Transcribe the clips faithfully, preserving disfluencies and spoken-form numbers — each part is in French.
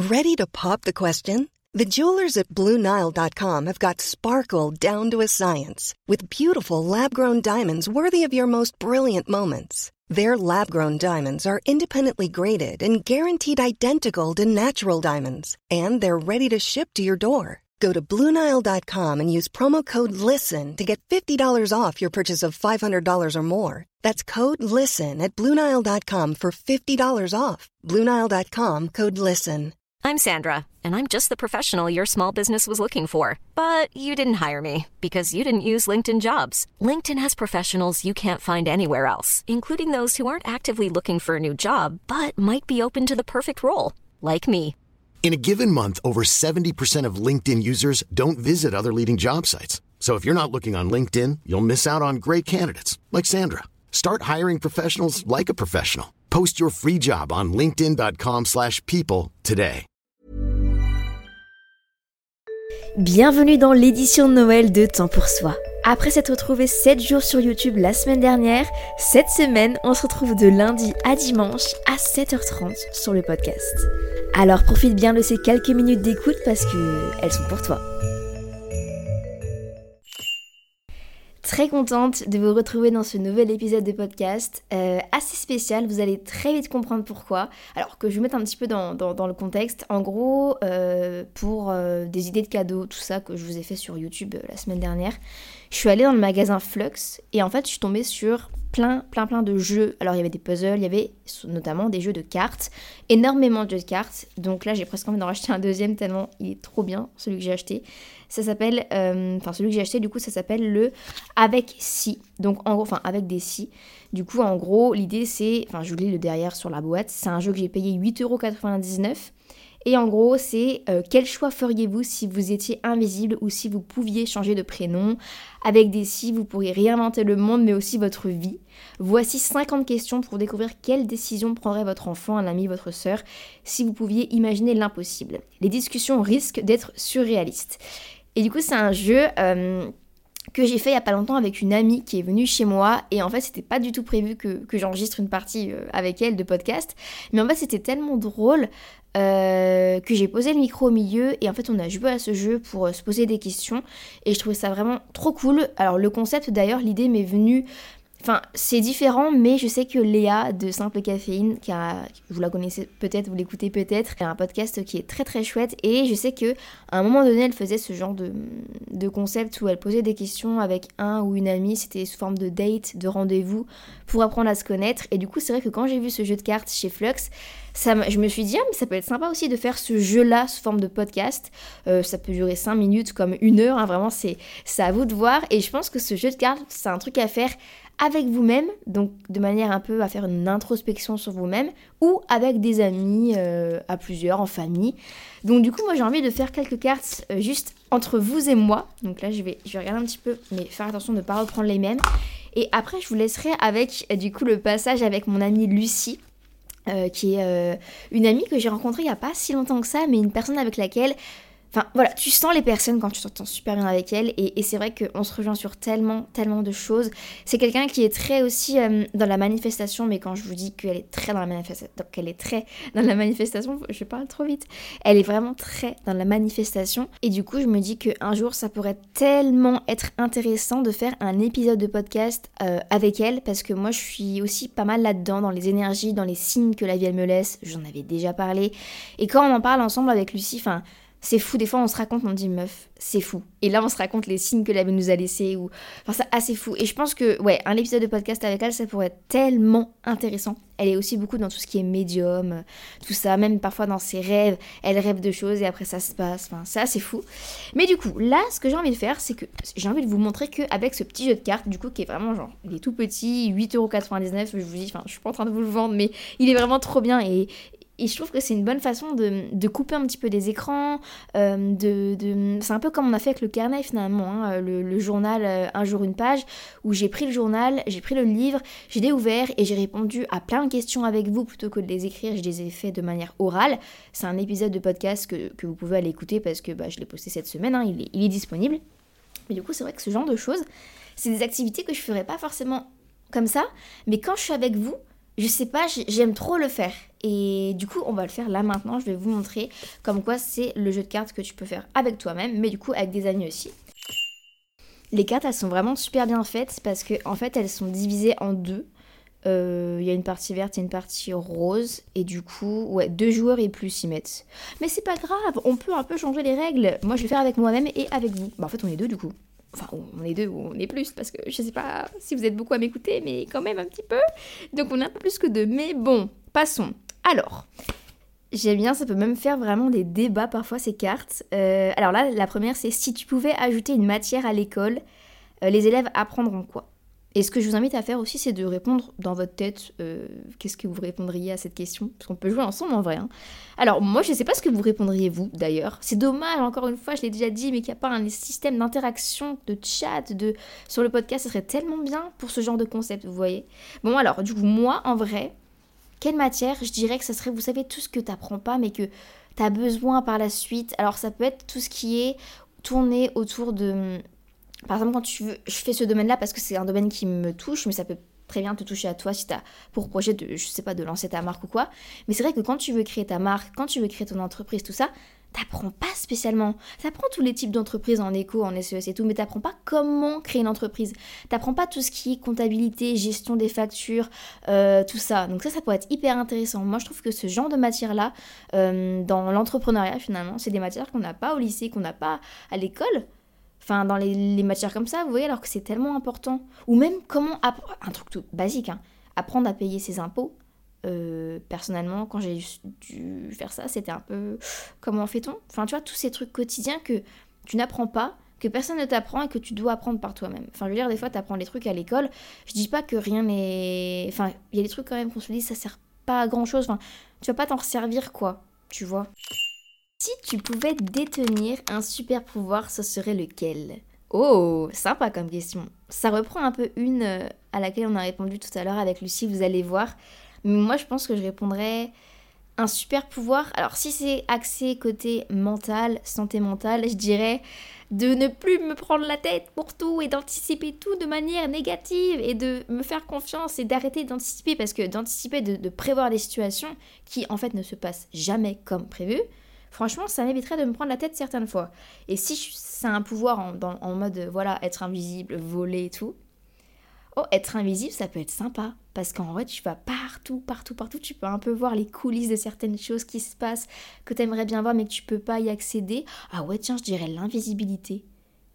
Ready to pop the question? The jewelers at Blue Nile dot com have got sparkle down to a science with beautiful lab-grown diamonds worthy of your most brilliant moments. Their lab-grown diamonds are independently graded and guaranteed identical to natural diamonds, and they're ready to ship to your door. Go to Blue Nile dot com and use promo code LISTEN to get fifty dollars off your purchase of five hundred dollars or more. That's code LISTEN at Blue Nile dot com for fifty dollars off. Blue Nile dot com, code LISTEN. I'm Sandra, and I'm just the professional your small business was looking for. But you didn't hire me because you didn't use LinkedIn Jobs. LinkedIn has professionals you can't find anywhere else, including those who aren't actively looking for a new job, but might be open to the perfect role, like me. In a given month, over seventy percent of LinkedIn users don't visit other leading job sites. So if you're not looking on LinkedIn, you'll miss out on great candidates like Sandra. Start hiring professionals like a professional. Post your free job on linkedin dot com slash people today. Bienvenue dans l'édition de Noël de Temps pour Soi. Après s'être retrouvé sept jours sur YouTube la semaine dernière, cette semaine, on se retrouve de lundi à dimanche à sept heures trente sur le podcast. Alors profite bien de ces quelques minutes d'écoute parce que elles sont pour toi. Très contente de vous retrouver dans ce nouvel épisode de podcast, euh, assez spécial, vous allez très vite comprendre pourquoi. Alors que je vous mette un petit peu dans, dans, dans le contexte, en gros, euh, pour euh, des idées de cadeaux, tout ça que je vous ai fait sur YouTube euh, la semaine dernière, je suis allée dans le magasin Flux et en fait je suis tombée sur plein plein plein de jeux. Alors il y avait des puzzles, il y avait notamment des jeux de cartes, énormément de jeux de cartes, donc là j'ai presque envie d'en racheter un deuxième tellement il est trop bien celui que j'ai acheté. Ça s'appelle, euh, enfin celui que j'ai acheté du coup ça s'appelle le Avec Si, donc en gros, enfin avec des si. Du coup en gros l'idée c'est, enfin je vous lis le derrière sur la boîte, c'est un jeu que j'ai payé huit euros quatre-vingt-dix-neuf. Et en gros, c'est euh, quel choix feriez-vous si vous étiez invisible ou si vous pouviez changer de prénom? Avec des si, vous pourriez réinventer le monde, mais aussi votre vie. Voici cinquante questions pour découvrir quelle décision prendrait votre enfant, un ami, votre sœur, si vous pouviez imaginer l'impossible. Les discussions risquent d'être surréalistes. Et du coup, c'est un jeu... Euh, que j'ai fait il y a pas longtemps avec une amie qui est venue chez moi et en fait c'était pas du tout prévu que, que j'enregistre une partie euh, avec elle de podcast, mais en fait c'était tellement drôle euh, que j'ai posé le micro au milieu et en fait on a joué à ce jeu pour euh, se poser des questions et je trouvais ça vraiment trop cool. Alors le concept d'ailleurs, l'idée m'est venue... Enfin, c'est différent, mais je sais que Léa de Simple Caféine, qui a, vous la connaissez peut-être, vous l'écoutez peut-être, elle a un podcast qui est très très chouette et je sais qu'à un moment donné, elle faisait ce genre de, de concept où elle posait des questions avec un ou une amie, c'était sous forme de date, de rendez-vous, pour apprendre à se connaître. Et du coup, c'est vrai que quand j'ai vu ce jeu de cartes chez Flux, ça, je me suis dit, ah, mais ça peut être sympa aussi de faire ce jeu-là sous forme de podcast. Euh, ça peut durer cinq minutes comme une heure, hein, vraiment, c'est, c'est à vous de voir. Et je pense que ce jeu de cartes, c'est un truc à faire avec vous-même, donc de manière un peu à faire une introspection sur vous-même, ou avec des amis, euh, à plusieurs, en famille. Donc du coup, moi j'ai envie de faire quelques cartes euh, juste entre vous et moi. Donc là, je vais, je vais regarder un petit peu, mais faire attention de ne pas reprendre les mêmes. Et après, je vous laisserai avec, euh, du coup, le passage avec mon amie Lucie, euh, qui est euh, une amie que j'ai rencontrée il n'y a pas si longtemps que ça, mais une personne avec laquelle... Enfin voilà, tu sens les personnes quand tu t'entends super bien avec elles et, et c'est vrai qu'on se rejoint sur tellement, tellement de choses. C'est quelqu'un qui est très aussi euh, dans la manifestation, mais quand je vous dis qu'elle est très dans la manifestation, donc qu'elle est très dans la manifestation, je parle trop vite, elle est vraiment très dans la manifestation et du coup je me dis qu'un jour ça pourrait tellement être intéressant de faire un épisode de podcast euh, avec elle parce que moi je suis aussi pas mal là-dedans, dans les énergies, dans les signes que la vie elle me laisse, j'en avais déjà parlé et quand on en parle ensemble avec Lucie, enfin... C'est fou, des fois on se raconte, on dit meuf, c'est fou. Et là on se raconte les signes que la vie nous a laissés, ou... enfin c'est assez fou. Et je pense que, ouais, un épisode de podcast avec elle, ça pourrait être tellement intéressant. Elle est aussi beaucoup dans tout ce qui est médium, tout ça, même parfois dans ses rêves, elle rêve de choses et après ça se passe, enfin c'est assez fou. Mais du coup, là, ce que j'ai envie de faire, c'est que j'ai envie de vous montrer qu'avec ce petit jeu de cartes, du coup, qui est vraiment genre, il est tout petit, huit euros quatre-vingt-dix-neuf, je vous dis, enfin je suis pas en train de vous le vendre, mais il est vraiment trop bien et... Et je trouve que c'est une bonne façon de, de couper un petit peu des écrans, euh, de, de, c'est un peu comme on a fait avec le carnet finalement, hein, le, le journal euh, Un jour une page, où j'ai pris le journal, j'ai pris le livre, j'ai déouvert et j'ai répondu à plein de questions avec vous plutôt que de les écrire, je les ai fait de manière orale. C'est un épisode de podcast que, que vous pouvez aller écouter parce que bah, je l'ai posté cette semaine, hein, il est, il est disponible. Mais du coup c'est vrai que ce genre de choses, c'est des activités que je ferais pas forcément comme ça, mais quand je suis avec vous, je sais pas, j'aime trop le faire. Et du coup, on va le faire là maintenant. Je vais vous montrer comme quoi c'est le jeu de cartes que tu peux faire avec toi-même, mais du coup avec des amis aussi. Les cartes, elles sont vraiment super bien faites parce que en fait, elles sont divisées en deux. Il euh, y a une partie verte et une partie rose. Et du coup, ouais, deux joueurs et plus s'y mettent. Mais c'est pas grave, on peut un peu changer les règles. Moi, je vais faire avec moi-même et avec vous. Bah en fait, on est deux du coup. Enfin, on est deux ou on est plus, parce que je sais pas si vous êtes beaucoup à m'écouter, mais quand même un petit peu. Donc on est un peu plus que deux. Mais bon, passons. Alors, j'aime bien, ça peut même faire vraiment des débats parfois, ces cartes. Euh, alors là, la première, c'est si tu pouvais ajouter une matière à l'école, euh, les élèves apprendront quoi ? Et ce que je vous invite à faire aussi, c'est de répondre dans votre tête, euh, qu'est-ce que vous répondriez à cette question ? Parce qu'on peut jouer ensemble en vrai. Hein. Alors moi, je ne sais pas ce que vous répondriez vous d'ailleurs. C'est dommage, encore une fois, je l'ai déjà dit, mais qu'il n'y a pas un système d'interaction, de chat, de sur le podcast. Ce serait tellement bien pour ce genre de concept, vous voyez. Bon alors, du coup, moi, en vrai, quelle matière ? Je dirais que ça serait, vous savez, tout ce que tu n'apprends pas, mais que tu as besoin par la suite. Alors ça peut être tout ce qui est tourné autour de... Par exemple, quand tu veux, je fais ce domaine-là parce que c'est un domaine qui me touche, mais ça peut très bien te toucher à toi si tu as pour projet de, je sais pas, de lancer ta marque ou quoi. Mais c'est vrai que quand tu veux créer ta marque, quand tu veux créer ton entreprise, tout ça, t'apprends pas spécialement. T'apprends tous les types d'entreprises en éco, en S E S et tout, mais t'apprends pas comment créer une entreprise. T'apprends pas tout ce qui est comptabilité, gestion des factures, euh, tout ça. Donc ça, ça pourrait être hyper intéressant. Moi, je trouve que ce genre de matière-là, euh, dans l'entrepreneuriat finalement, c'est des matières qu'on n'a pas au lycée, qu'on n'a pas à l'école. Enfin, dans les, les matières comme ça, vous voyez, alors que c'est tellement important. Ou même comment... App- un truc tout basique, hein. Apprendre à payer ses impôts. Euh, personnellement, quand j'ai dû faire ça, c'était un peu... Comment fait-on ? Enfin, tu vois, tous ces trucs quotidiens que tu n'apprends pas, que personne ne t'apprend et que tu dois apprendre par toi-même. Enfin, je veux dire, des fois, tu apprends les trucs à l'école. Je dis pas que rien n'est... Enfin, il y a des trucs quand même qu'on se dit, ça sert pas à grand-chose. Enfin, tu vas pas t'en resservir, quoi. Tu vois ? Si tu pouvais détenir un super pouvoir, ce serait lequel ? Oh, sympa comme question. Ça reprend un peu une euh, à laquelle on a répondu tout à l'heure avec Lucie, vous allez voir. Mais moi, je pense que je répondrais un super pouvoir. Alors, si c'est axé côté mental, santé mentale, je dirais de ne plus me prendre la tête pour tout et d'anticiper tout de manière négative et de me faire confiance et d'arrêter d'anticiper parce que d'anticiper, de, de prévoir des situations qui en fait ne se passent jamais comme prévu. Franchement, ça m'éviterait de me prendre la tête certaines fois. Et si c'est un pouvoir en, dans, en mode, voilà, être invisible, voler et tout, oh, être invisible, ça peut être sympa. Parce qu'en vrai, tu vas partout, partout, partout. Tu peux un peu voir les coulisses de certaines choses qui se passent, que tu aimerais bien voir, mais que tu peux pas y accéder. Ah ouais, tiens, je dirais l'invisibilité. Non ?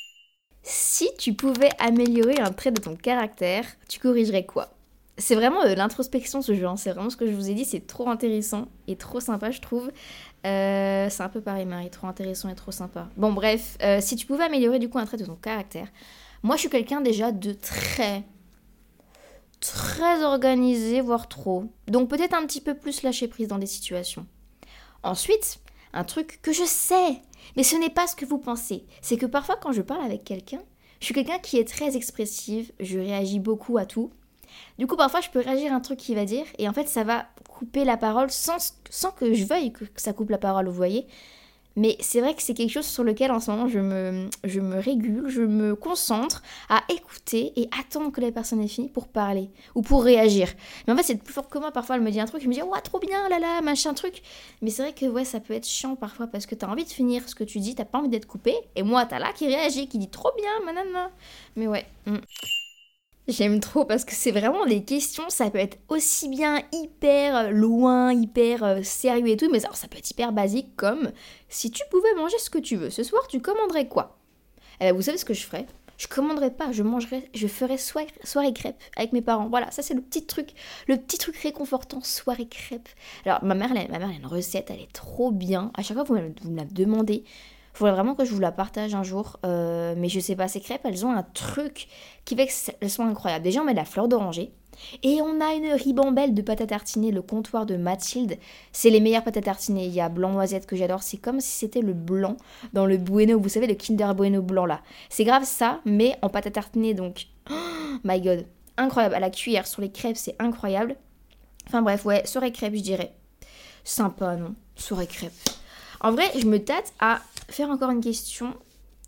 Si tu pouvais améliorer un trait de ton caractère, tu corrigerais quoi ? C'est vraiment de l'introspection ce jeu, hein. C'est vraiment ce que je vous ai dit, c'est trop intéressant et trop sympa je trouve. Euh, c'est un peu pareil Marie, trop intéressant et trop sympa. Bon bref, euh, si tu pouvais améliorer du coup un trait de ton caractère, moi je suis quelqu'un déjà de très, très organisé, voire trop. Donc peut-être un petit peu plus lâcher prise dans des situations. Ensuite, un truc que je sais, mais ce n'est pas ce que vous pensez, c'est que parfois quand je parle avec quelqu'un, je suis quelqu'un qui est très expressive, je réagis beaucoup à tout. Du coup, parfois, je peux réagir à un truc qu'il va dire et en fait, ça va couper la parole sans, sans que je veuille que ça coupe la parole, vous voyez. Mais c'est vrai que c'est quelque chose sur lequel, en ce moment, je me, je me régule, je me concentre à écouter et attendre que la personne ait fini pour parler ou pour réagir. Mais en fait, c'est plus fort que moi. Parfois, elle me dit un truc, je me dis « Ouah, trop bien, là là, machin truc ». Mais c'est vrai que ouais, ça peut être chiant parfois parce que t'as envie de finir ce que tu dis, t'as pas envie d'être coupé. Et moi, t'as là qui réagit, qui dit « Trop bien, manana ». Mais ouais... Mm. J'aime trop parce que c'est vraiment des questions, ça peut être aussi bien hyper loin, hyper euh, sérieux et tout, mais alors, ça peut être hyper basique comme si tu pouvais manger ce que tu veux, ce soir tu commanderais quoi ? Eh bien vous savez ce que je ferais ? Je commanderais pas, je mangerais, je ferais soirée, soirée crêpe avec mes parents. Voilà, ça c'est le petit truc, le petit truc réconfortant, soirée crêpe. Alors ma mère, elle, ma mère elle a une recette, elle est trop bien. À chaque fois vous me, vous me la demandez. Il faudrait vraiment que je vous la partage un jour, euh, mais je sais pas, ces crêpes, elles ont un truc qui fait qu'elles sont incroyables. Déjà, on met de la fleur d'oranger, et on a une ribambelle de pâte à tartiner, le comptoir de Mathilde. C'est les meilleures pâtes à tartiner. Il y a blanc noisette que j'adore, c'est comme si c'était le blanc dans le Bueno, vous savez, le Kinder Bueno blanc là. C'est grave ça, mais en pâte à tartiner, donc, oh my god, incroyable. À la cuillère, sur les crêpes, c'est incroyable. Enfin bref, ouais, soirée crêpe, je dirais. Sympa, non ? Soirée crêpe. En vrai, je me tâte à faire encore une question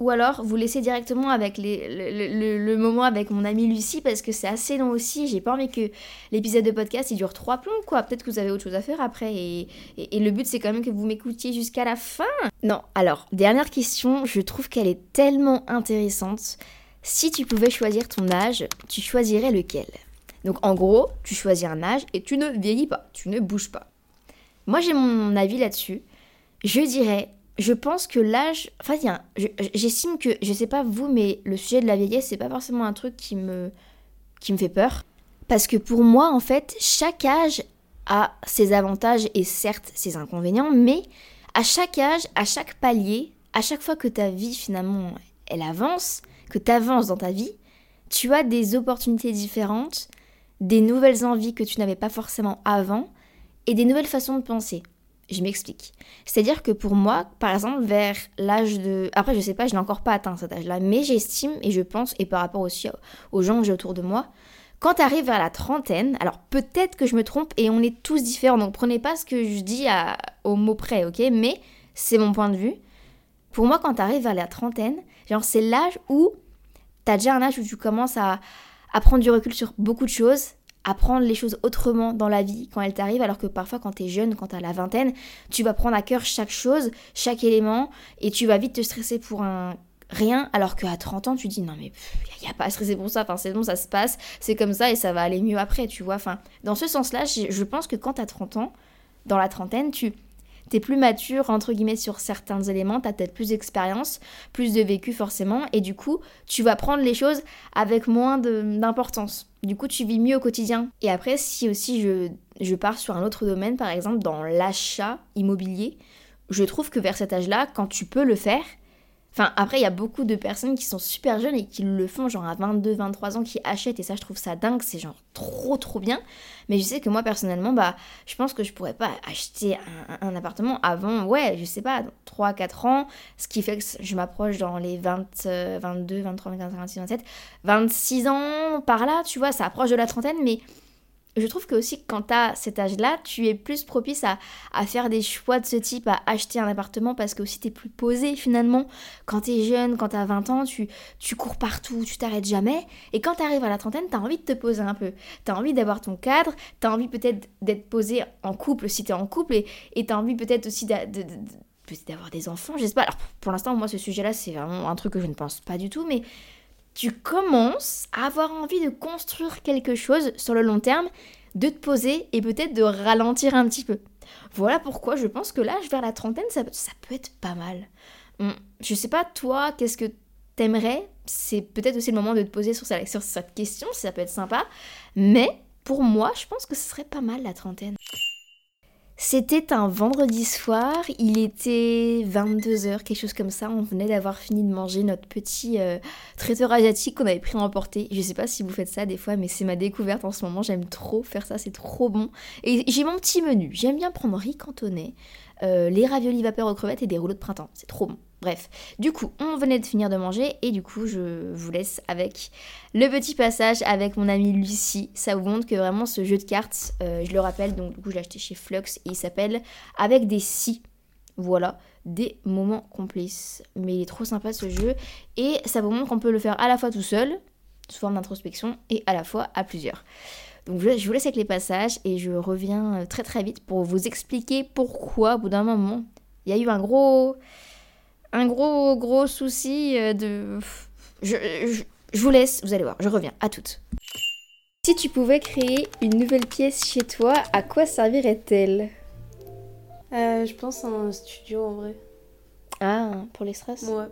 ou alors vous laissez directement avec les, le, le, le moment avec mon amie Lucie parce que c'est assez long aussi. J'ai pas envie que l'épisode de podcast il dure trois plombs quoi. Peut-être que vous avez autre chose à faire après et, et, et le but c'est quand même que vous m'écoutiez jusqu'à la fin. Non, alors dernière question, je trouve qu'elle est tellement intéressante. Si tu pouvais choisir ton âge, tu choisirais lequel ? Donc en gros, tu choisis un âge et tu ne vieillis pas, tu ne bouges pas. Moi j'ai mon avis là-dessus. Je dirais... Je pense que l'âge... Enfin, y a, je, j'estime que... Je sais pas vous, mais le sujet de la vieillesse, c'est pas forcément un truc qui me, qui me fait peur. Parce que pour moi, en fait, chaque âge a ses avantages et certes ses inconvénients, mais à chaque âge, à chaque palier, à chaque fois que ta vie, finalement, elle avance, que tu avances dans ta vie, tu as des opportunités différentes, des nouvelles envies que tu n'avais pas forcément avant, et des nouvelles façons de penser. Je m'explique. C'est-à-dire que pour moi, par exemple, vers l'âge de... Après, je sais pas, je n'ai encore pas atteint cet âge-là, mais j'estime, et je pense, et par rapport aussi aux gens que j'ai autour de moi, quand tu arrives vers la trentaine, alors peut-être que je me trompe, et on est tous différents, donc prenez pas ce que je dis à, au mot près, ok ? Mais c'est mon point de vue. Pour moi, quand tu arrives vers la trentaine, genre c'est l'âge où tu as déjà un âge où tu commences à, à prendre du recul sur beaucoup de choses, à prendre les choses autrement dans la vie quand elles t'arrivent, alors que parfois quand t'es jeune, quand t'as la vingtaine, tu vas prendre à cœur chaque chose, chaque élément, et tu vas vite te stresser pour un rien, alors qu'à trente ans, tu dis non mais il n'y a pas à stresser pour ça, enfin c'est bon, ça se passe, c'est comme ça et ça va aller mieux après, tu vois. Enfin, dans ce sens-là, je pense que quand t'as trente ans, dans la trentaine, tu... t'es plus mature, entre guillemets, sur certains éléments, t'as peut-être plus d'expérience, plus de vécu forcément, et du coup, tu vas prendre les choses avec moins de, d'importance. Du coup, tu vis mieux au quotidien. Et après, si aussi je, je pars sur un autre domaine, par exemple, dans l'achat immobilier, je trouve que vers cet âge-là, quand tu peux le faire, enfin, après, il y a beaucoup de personnes qui sont super jeunes et qui le font, genre à vingt-deux, vingt-trois ans, qui achètent, et ça, je trouve ça dingue, c'est genre trop, trop bien. Mais je sais que moi, personnellement, bah, je pense que je pourrais pas acheter un, un appartement avant, ouais, je sais pas, trois, quatre ans, ce qui fait que je m'approche dans les vingt, vingt-deux, vingt-trois, vingt-quatre, vingt-six, vingt-sept, vingt-six ans, par là, tu vois, ça approche de la trentaine, mais... Je trouve que aussi quand t'as cet âge-là, tu es plus propice à, à faire des choix de ce type, à acheter un appartement parce que aussi t'es plus posé finalement. Quand t'es jeune, quand t'as vingt ans, tu, tu cours partout, tu t'arrêtes jamais. Et quand t'arrives à la trentaine, t'as envie de te poser un peu. T'as envie d'avoir ton cadre, t'as envie peut-être d'être posé en couple si t'es en couple et, et t'as envie peut-être aussi de, de, de, de, d'avoir des enfants, je sais pas. Alors pour l'instant, moi ce sujet-là, c'est vraiment un truc que je ne pense pas du tout, mais... Tu commences à avoir envie de construire quelque chose sur le long terme, de te poser et peut-être de ralentir un petit peu. Voilà pourquoi je pense que l'âge vers la trentaine, ça, ça peut être pas mal. Hum, je sais pas, toi, qu'est-ce que t'aimerais ? C'est peut-être aussi le moment de te poser sur, sa, sur cette question, ça peut être sympa. Mais pour moi, je pense que ce serait pas mal la trentaine. C'était un vendredi soir, il était vingt-deux heures, quelque chose comme ça, on venait d'avoir fini de manger notre petit euh, traiteur asiatique qu'on avait pris à emporter. Je sais pas si vous faites ça des fois, mais c'est ma découverte en ce moment, j'aime trop faire ça, c'est trop bon. Et j'ai mon petit menu, j'aime bien prendre riz cantonais, euh, les raviolis vapeur aux crevettes et des rouleaux de printemps, c'est trop bon. Bref, du coup, on venait de finir de manger et du coup, je vous laisse avec le petit passage avec mon amie Lucie. Ça vous montre que vraiment ce jeu de cartes, euh, je le rappelle, donc du coup, je l'ai acheté chez Flux et il s'appelle Avec des si. Voilà, des moments complices. Mais il est trop sympa ce jeu et ça vous montre qu'on peut le faire à la fois tout seul, sous forme d'introspection, et à la fois à plusieurs. Donc je vous laisse avec les passages et je reviens très très vite pour vous expliquer pourquoi, au bout d'un moment, il y a eu un gros... Un gros, gros souci de... Je, je, je vous laisse, vous allez voir, je reviens, à toutes. Si tu pouvais créer une nouvelle pièce chez toi, à quoi servirait-elle ? euh, Je pense à un studio en vrai. Ah, pour les stress ? Ouais.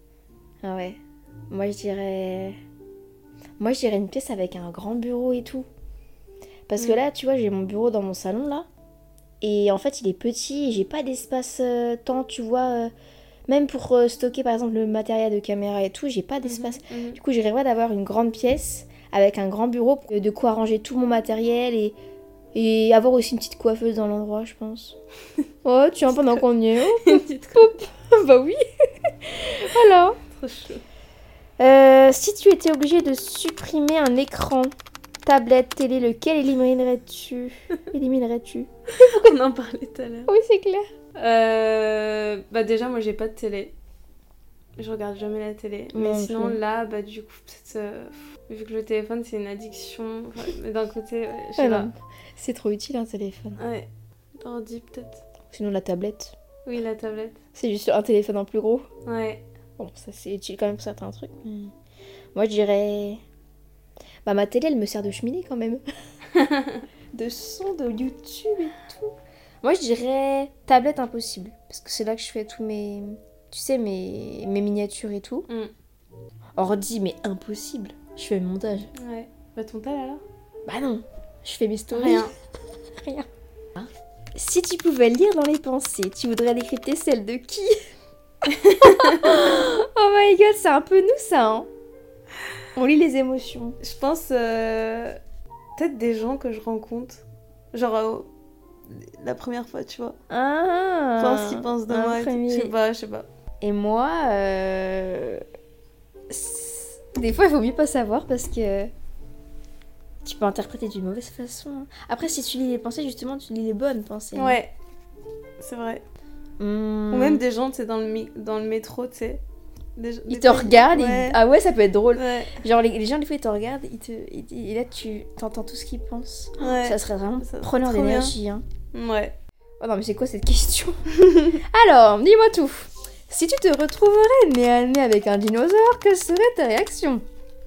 Ah ouais. Moi je dirais... Moi je dirais une pièce avec un grand bureau et tout. Parce mmh. que là, tu vois, j'ai mon bureau dans mon salon là. Et en fait, il est petit et j'ai pas d'espace euh, tant, tu vois... Euh, Même pour euh, stocker par exemple le matériel de caméra et tout, j'ai pas d'espace. Mmh, mmh. Du coup, j'ai rêvé d'avoir une grande pièce avec un grand bureau pour de quoi ranger tout mon matériel et, et avoir aussi une petite coiffeuse dans l'endroit, je pense. Oh, tiens, pendant qu'on y est. Oh, une petite coupe. Bah oui. Voilà. Trop chaud. Euh, si tu étais obligé de supprimer un écran, tablette, télé, lequel éliminerais-tu Éliminerais-tu On en parlait tout à l'heure. Oui, c'est clair. Euh, bah déjà moi j'ai pas de télé je regarde jamais la télé. Moi Mais non sinon, plus. là, bah du coup, peut-être... euh, vu que le téléphone, c'est une addiction. Ouais, mais d'un côté, ouais, je sais Ouais, pas. non. C'est trop utile un téléphone. Ouais, l'ordi peut-être. Sinon la tablette. Oui, la tablette. C'est juste un téléphone en plus gros. Ouais. Bon, ça c'est utile quand même pour certains trucs. Mais... Moi je dirais... Bah ma télé elle me sert de cheminée quand même. De son, de YouTube et tout. Moi je dirais tablette impossible. Parce que c'est là que je fais tous mes... Tu sais, mes, mes miniatures et tout. Mm. Ordi, mais impossible. Je fais le montage. Ouais. Bah ton tel alors? Bah non. Je fais mes stories. Rien. Rien. Hein? Si tu pouvais lire dans les pensées, tu voudrais décrypter celle de qui? Oh my god, c'est un peu nous ça, hein. On lit les émotions. Je pense euh, peut-être des gens que je rencontre. Genre euh, la première fois, tu vois. Ah. Pense qu'ils pensent de un moi. et tout. premier. Je sais pas, je sais pas. Et moi, euh... c'est- des fois il vaut mieux pas savoir parce que tu peux interpréter d'une mauvaise façon, hein. Après si tu lis les pensées, justement, tu lis les bonnes pensées, hein. Ouais. C'est vrai. Hmm. Ou même des gens, tu sais, dans le, mi- dans le métro, tu sais. Des... Ils des te fois, regardent, ouais. ils- ah ouais, ça peut être drôle. Ouais. Genre les, les gens des fois ils te regardent, ils te, ils- et là tu t'entends tout ce qu'ils pensent. Ouais. Ça serait vraiment Ça serait preneur trop d'énergie, hein. Ouais. Oh non mais c'est quoi cette question? Alors, dis-moi tout. Si tu te retrouverais nez à nez avec un dinosaure, quelle serait ta réaction?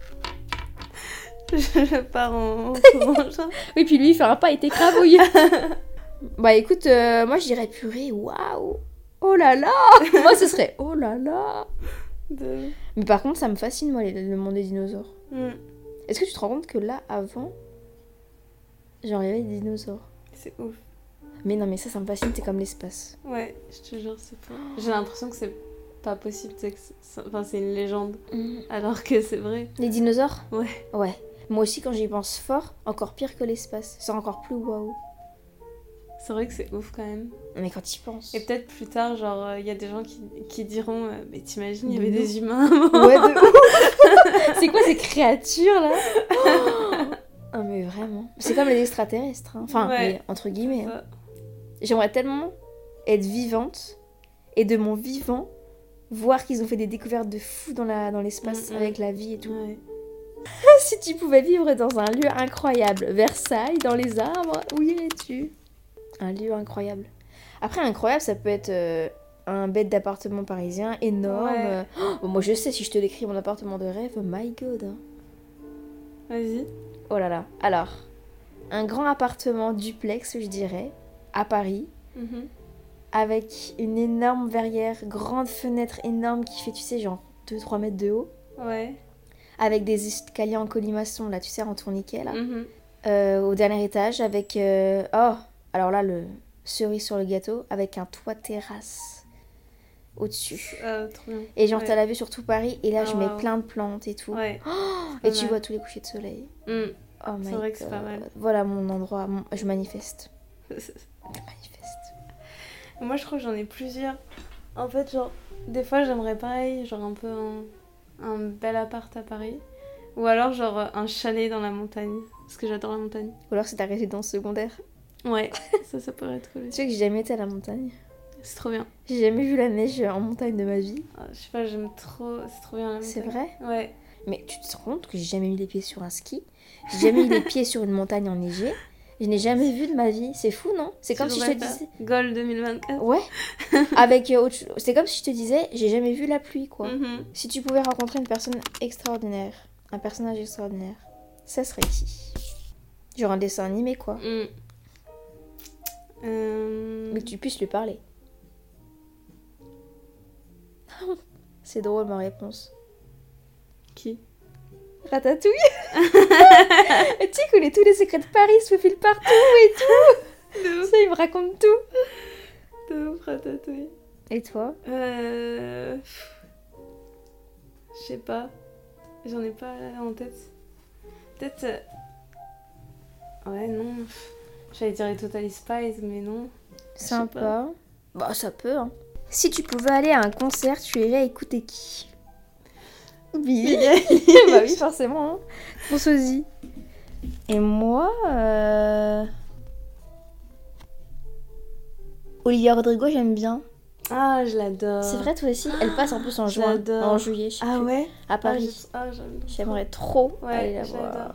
Je pars en courant, genre. Oui, puis lui il fait un pas et t'écrabouille. Bah écoute, euh, moi je dirais purée, waouh. Oh là là. Moi ce serait oh là là. De... Mais par contre ça me fascine moi les- le monde des dinosaures. Mm. Est-ce que tu te rends compte que là avant, genre il y avait des dinosaures? C'est ouf. Mais non mais ça ça me fascine, c'est comme l'espace. Ouais, je te jure, c'est pas... J'ai l'impression que c'est pas possible, tu sais, que c'est... Enfin, c'est une légende. Alors que c'est vrai. Les dinosaures? Ouais. Ouais. Moi aussi quand j'y pense fort, encore pire que l'espace. C'est encore plus waouh. C'est vrai que c'est ouf quand même. Mais quand tu y penses. Et peut-être plus tard, genre, il y a des gens qui, qui diront euh, mais t'imagines, il y De avait nous. des humains avant. Ouais, de ouf. C'est quoi ces créatures là? Ah mais vraiment. C'est comme les extraterrestres, hein. Enfin, Ouais. les- entre guillemets, hein. Ça. J'aimerais tellement être vivante et de mon vivant voir qu'ils ont fait des découvertes de fou dans la dans l'espace Mm, mm. avec la vie et tout. Ouais. Si tu pouvais vivre dans un lieu incroyable, Versailles, dans les arbres, où irais-tu? Un lieu incroyable. Après, incroyable, ça peut être euh, un bête d'appartement parisien énorme. Ouais. Oh, bon, moi, je sais, si je te décris mon appartement de rêve, my god. hein. Vas-y. Oh là là. Alors, un grand appartement duplex, je dirais, à Paris, Mhm. avec une énorme verrière, grande fenêtre énorme qui fait, tu sais, genre deux trois mètres de haut, Ouais. avec des escaliers en colimaçon, là, tu sais, en tourniquet, là. Mhm. Euh, au dernier étage avec euh, oh alors là le cerise sur le gâteau avec un toit terrasse au-dessus Ah, trop bien. et genre Ouais. t'as la vue sur tout Paris et là Ah, je mets waouh. plein de plantes et tout. Ouais. Et pas tu mal. vois tous les couchers de soleil. Mm. Oh my C'est vrai que c'est God. pas mal. Voilà mon endroit, mon- je manifeste. Je manifeste. Moi, je crois que j'en ai plusieurs. En fait, genre, des fois, j'aimerais pareil, genre un peu un, un bel appart à Paris. Ou alors, genre, un chalet dans la montagne. Parce que j'adore la montagne. Ou alors c'est ta résidence secondaire. Ouais, ça, ça pourrait être cool. Tu sais que j'ai jamais été à la montagne. C'est trop bien. J'ai jamais vu la neige en montagne de ma vie. Ah, je sais pas, j'aime trop. C'est trop bien la montagne. C'est vrai? Ouais. Mais tu te rends compte que j'ai jamais mis les pieds sur un ski? J'ai jamais mis les pieds sur une montagne enneigée? Je n'ai jamais vu de ma vie. C'est fou, non? C'est comme si je te disais... Goal deux mille vingt-quatre. Ouais. Avec euh, autre chose. C'est comme si je te disais, j'ai jamais vu la pluie, quoi. Mhm. Si tu pouvais rencontrer une personne extraordinaire, un personnage extraordinaire, ça serait qui? Genre un dessin animé, quoi. Mm. Euh... Mais que tu puisses lui parler. C'est drôle, ma réponse. Qui? Ratatouille. Et tu sais qu'on est tous les secrets de Paris se faufilent partout et tout. Ça, il me raconte tout. De ouf, Ratatouille. Et toi? Euh... Je sais pas. J'en ai pas en tête. Peut-être... euh, Ouais, non. J'allais dire les Totally Spies, mais non. Je sais Sympa. Bah, ça peut, hein. Si tu pouvais aller à un concert, tu irais écouter qui? Billy. Bah oui, forcément. Hein. Françoisie. Et moi, euh... Olivia Rodrigo, j'aime bien. Ah, je l'adore. C'est vrai, toi aussi. Elle passe en plus en juin, J'adore. en juillet, je sais Ah plus, ouais à Paris. Ah, j'aime trop. J'aimerais trop Ouais, aller la j'adore. voir.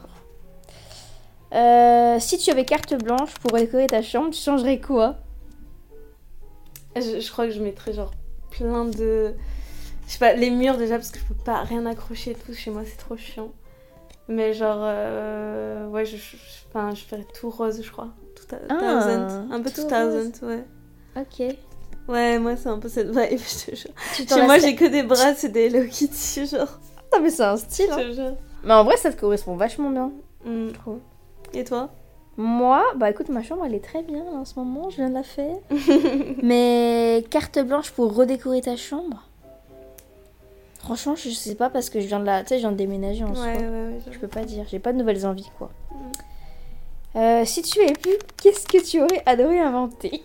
Euh, si tu avais carte blanche pour décorer ta chambre, tu changerais quoi? Je, je crois que je mettrais genre plein de... Je sais pas, les murs déjà, parce que je peux pas rien accrocher et tout. Chez moi, c'est trop chiant. Mais genre, euh, ouais, je, je, je, enfin, je ferais tout rose, je crois. Tout à, Ah, thousand. Un peu tout tout thousand, ouais. Ok. Ouais, moi, c'est un peu cette vibe, je te jure. Tu t'en Chez moi, laisserais- j'ai que des bras, c'est des Hello Kitty, genre. Ah, mais c'est un style, Je hein. te jure. Mais en vrai, ça te correspond vachement bien, Mm. je trouve. Et toi? Moi, bah écoute, ma chambre, elle est très bien là, en ce moment, je viens de la faire. Mais carte blanche pour redécorer ta chambre? Franchement, je sais pas parce que je viens de la... Tu sais, je viens de déménager en Ouais, soi. ouais, ouais. Je je- peux pas dire, j'ai pas de nouvelles envies, quoi. Mm. Euh, si tu avais pu, qu'est-ce que tu aurais adoré inventer?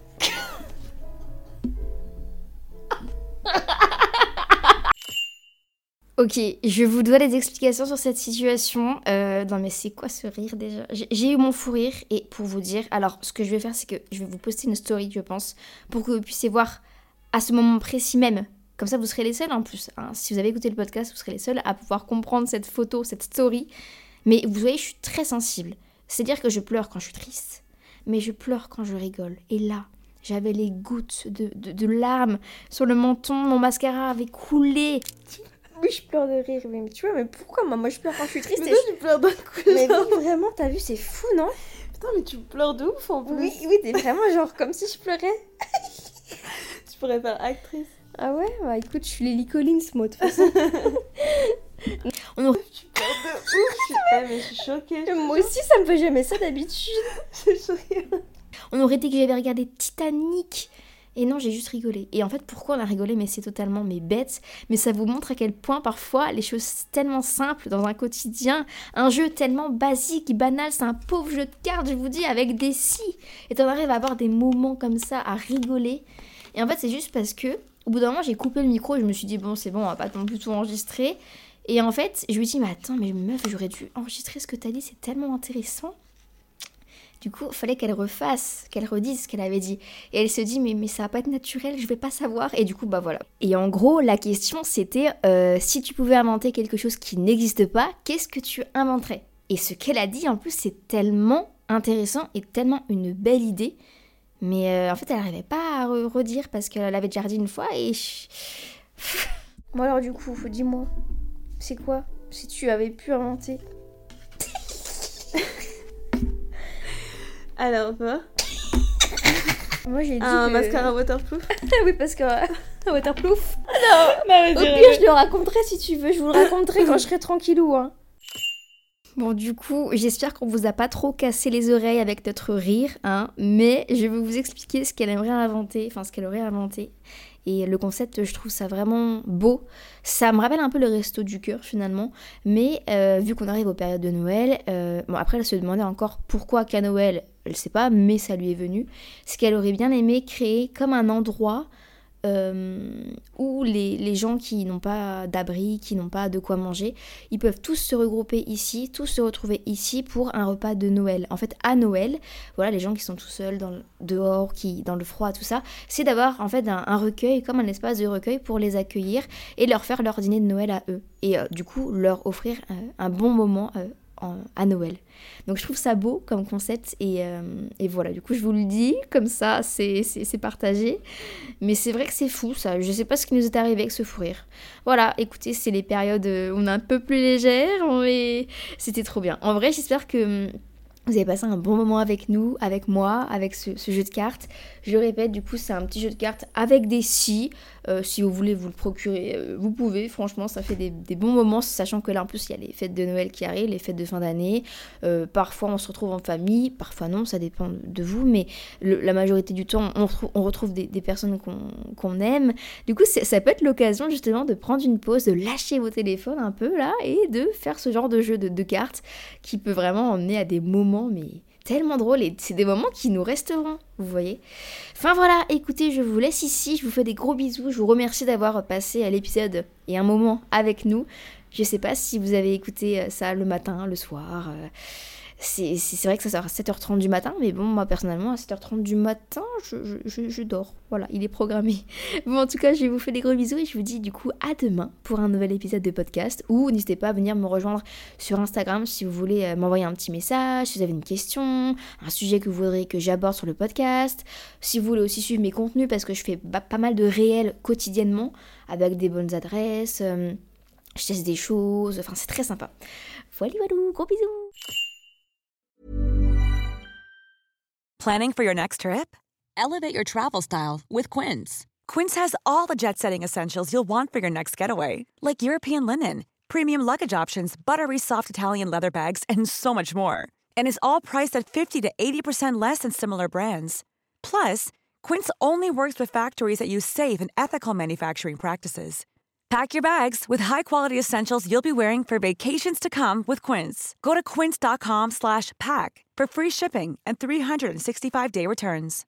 Ok, je vous dois des explications sur cette situation. Euh, non mais c'est quoi ce rire déjà? J'ai j'ai eu mon fou rire et pour vous dire, alors ce que je vais faire c'est que je vais vous poster une story je pense, pour que vous puissiez voir à ce moment précis même. Comme ça vous serez les seuls en plus, hein. Si vous avez écouté le podcast, vous serez les seuls à pouvoir comprendre cette photo, cette story. Mais vous voyez, je suis très sensible. C'est-à-dire que je pleure quand je suis triste, mais je pleure quand je rigole. Et là, j'avais les gouttes de, de, de larmes sur le menton, mon mascara avait coulé. Oui, je pleure de rire, mais tu vois, mais pourquoi moi, moi je pleure quand je suis triste Mais et toi, je- tu pleures d'un coup, Mais genre. oui, vraiment, t'as vu, c'est fou, non? Putain, mais tu pleures de ouf en plus. Oui, oui, t'es vraiment genre comme si je pleurais. Tu pourrais faire actrice. Ah ouais? Bah écoute, je suis Lily Collins, moi, de toute façon. On aurait... Tu pleures de ouf. Je suis... Eh, mais je suis choquée. je Moi aussi, ça me fait jamais ça d'habitude. suis choquée. On aurait dit que j'avais regardé Titanic. Et non, j'ai juste rigolé. Et en fait, pourquoi on a rigolé? Mais c'est totalement mais bête. Mais ça vous montre à quel point, parfois, les choses tellement simples dans un quotidien, un jeu tellement basique, banal, c'est un pauvre jeu de cartes, je vous dis, avec des si. Et t'en arrives à avoir des moments comme ça, à rigoler. Et en fait, c'est juste parce que, au bout d'un moment, j'ai coupé le micro et je me suis dit, bon, c'est bon, on va pas non plus tout enregistrer. Et en fait, je lui dis, mais attends, mais meuf, j'aurais dû enregistrer ce que t'as dit, c'est tellement intéressant. Du coup, il fallait qu'elle refasse, qu'elle redise ce qu'elle avait dit. Et elle se dit, mais, mais ça va pas être naturel, je vais pas savoir. Et du coup, bah voilà. Et en gros, la question, c'était, euh, si tu pouvais inventer quelque chose qui n'existe pas, qu'est-ce que tu inventerais? Et ce qu'elle a dit, en plus, c'est tellement intéressant et tellement une belle idée. Mais euh, en fait, elle n'arrivait pas à re- redire parce qu'elle l'avait déjà dit une fois et... Bon alors du coup, dis-moi, c'est quoi si tu avais pu inventer? Alors, quoi? Moi j'ai dit Un que... mascara waterproof? Oui, parce que... euh, waterproof. Non, Au pire, je le raconterai si tu veux, je vous le raconterai quand je serai tranquillou, hein. Bon, du coup, j'espère qu'on vous a pas trop cassé les oreilles avec notre rire, hein, mais je vais vous expliquer ce qu'elle aimerait inventer, enfin ce qu'elle aurait inventé. Et le concept, je trouve ça vraiment beau. Ça me rappelle un peu le resto du cœur finalement, mais euh, vu qu'on arrive aux périodes de Noël, euh, bon après elle se demandait encore pourquoi qu'à Noël, elle sait pas, mais ça lui est venu. Ce qu'elle aurait bien aimé créer comme un endroit Euh, où les, les gens qui n'ont pas d'abri, qui n'ont pas de quoi manger, ils peuvent tous se regrouper ici, tous se retrouver ici pour un repas de Noël. En fait, à Noël, voilà, les gens qui sont tout seuls dans le, dehors, qui dans le froid, tout ça, c'est d'avoir en fait un, un recueil, comme un espace de recueil pour les accueillir et leur faire leur dîner de Noël à eux. Et euh, du coup, leur offrir euh, un bon moment euh, en, à Noël. Donc je trouve ça beau comme concept et, euh, et voilà, du coup je vous le dis, comme ça c'est, c'est, c'est partagé. Mais c'est vrai que c'est fou ça, je sais pas ce qui nous est arrivé avec ce fou rire. Voilà, écoutez, c'est les périodes où on est un peu plus légère, mais c'était trop bien. En vrai, j'espère que vous avez passé un bon moment avec nous, avec moi, avec ce, ce jeu de cartes. Je le répète, du coup, c'est un petit jeu de cartes avec des si. Euh, si vous voulez vous le procurer, euh, vous pouvez. Franchement, ça fait des, des bons moments, sachant que là, en plus, il y a les fêtes de Noël qui arrivent, les fêtes de fin d'année. Euh, parfois, on se retrouve en famille, parfois non, ça dépend de vous. Mais le, la majorité du temps, on retrouve, on retrouve des, des personnes qu'on, qu'on aime. Du coup, c'est, ça peut être l'occasion, justement, de prendre une pause, de lâcher vos téléphones un peu, là, et de faire ce genre de jeu de, de cartes qui peut vraiment emmener à des moments mais tellement drôles et c'est des moments qui nous resteront, vous voyez. Enfin voilà, écoutez, je vous laisse ici, je vous fais des gros bisous, je vous remercie d'avoir passé à l'épisode et un moment avec nous. Je sais pas si vous avez écouté ça le matin, le soir, euh, c'est, c'est, c'est vrai que ça sort à sept heures trente du matin, mais bon, moi personnellement, à sept heures trente du matin, je, je, je, je dors. Voilà, il est programmé. Bon, en tout cas, je vous fais des gros bisous et je vous dis du coup à demain pour un nouvel épisode de podcast. Ou n'hésitez pas à venir me rejoindre sur Instagram si vous voulez euh, m'envoyer un petit message, si vous avez une question, un sujet que vous voudriez que j'aborde sur le podcast. Si vous voulez aussi suivre mes contenus parce que je fais bah, pas mal de réels quotidiennement avec des bonnes adresses, euh, je teste des choses, enfin c'est très sympa. Voilà, voilà, gros bisous. Planning for your next trip? Elevate your travel style with Quince. Quince has all the jet-setting essentials you'll want for your next getaway, like European linen, premium luggage options, buttery soft Italian leather bags, and so much more. And is all priced at fifty to eighty percent less than similar brands. Plus, Quince only works with factories that use safe and ethical manufacturing practices. Pack your bags with high-quality essentials you'll be wearing for vacations to come with Quince. Go to quince.com slash pack for free shipping and three sixty-five day returns.